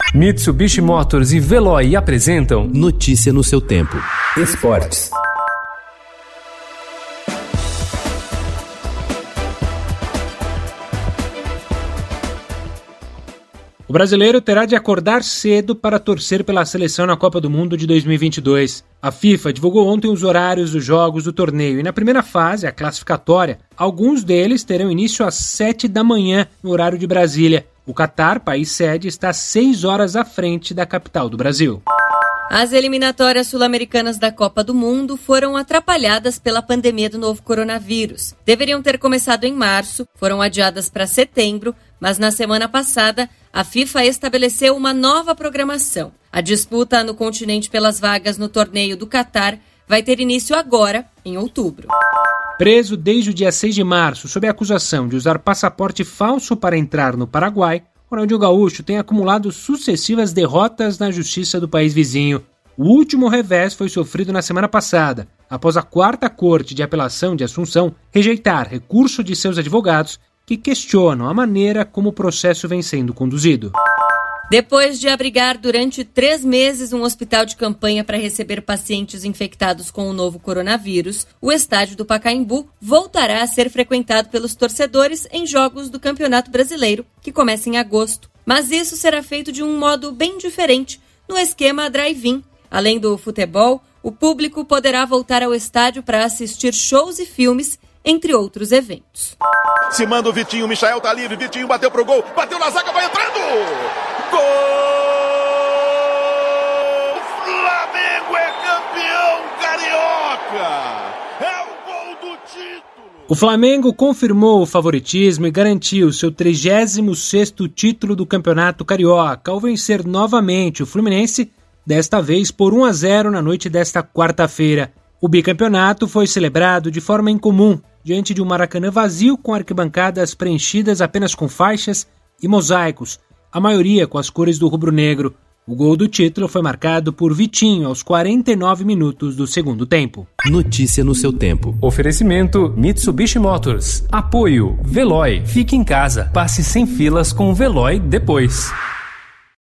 Mitsubishi Motors e Veloy apresentam Notícia no seu tempo. Esportes. O brasileiro terá de acordar cedo para torcer pela seleção na Copa do Mundo de 2022. A FIFA divulgou ontem os horários dos jogos do torneio e na primeira fase, a classificatória, alguns deles terão início às 7 da manhã no horário de Brasília. O Catar, país sede, está 6 horas à frente da capital do Brasil. As eliminatórias sul-americanas da Copa do Mundo foram atrapalhadas pela pandemia do novo coronavírus. Deveriam ter começado em março, foram adiadas para setembro, mas na semana passada a FIFA estabeleceu uma nova programação. A disputa no continente pelas vagas no torneio do Catar vai ter início agora, em outubro. Preso desde o dia 6 de março sob a acusação de usar passaporte falso para entrar no Paraguai, Ronaldinho Gaúcho tem acumulado sucessivas derrotas na justiça do país vizinho. O último revés foi sofrido na semana passada, após a 4ª Corte de Apelação de Assunção rejeitar recurso de seus advogados que questionam a maneira como o processo vem sendo conduzido. Depois de abrigar durante 3 meses um hospital de campanha para receber pacientes infectados com o novo coronavírus, o estádio do Pacaembu voltará a ser frequentado pelos torcedores em jogos do Campeonato Brasileiro, que começa em agosto. Mas isso será feito de um modo bem diferente, no esquema drive-in. Além do futebol, o público poderá voltar ao estádio para assistir shows e filmes, entre outros eventos. Se manda o Vitinho, o Michael tá livre, Vitinho bateu pro gol, bateu na zaga, vai entrando! Gol! Flamengo é campeão carioca! É o gol do título! O Flamengo confirmou o favoritismo e garantiu seu 36º título do Campeonato Carioca ao vencer novamente o Fluminense, desta vez por 1-0 na noite desta quarta-feira. O bicampeonato foi celebrado de forma incomum, diante de um Maracanã vazio com arquibancadas preenchidas apenas com faixas e mosaicos, a maioria com as cores do rubro-negro. O gol do título foi marcado por Vitinho aos 49 minutos do segundo tempo. Notícia no seu tempo. Oferecimento Mitsubishi Motors. Apoio Veloy. Fique em casa. Passe sem filas com o Veloy depois.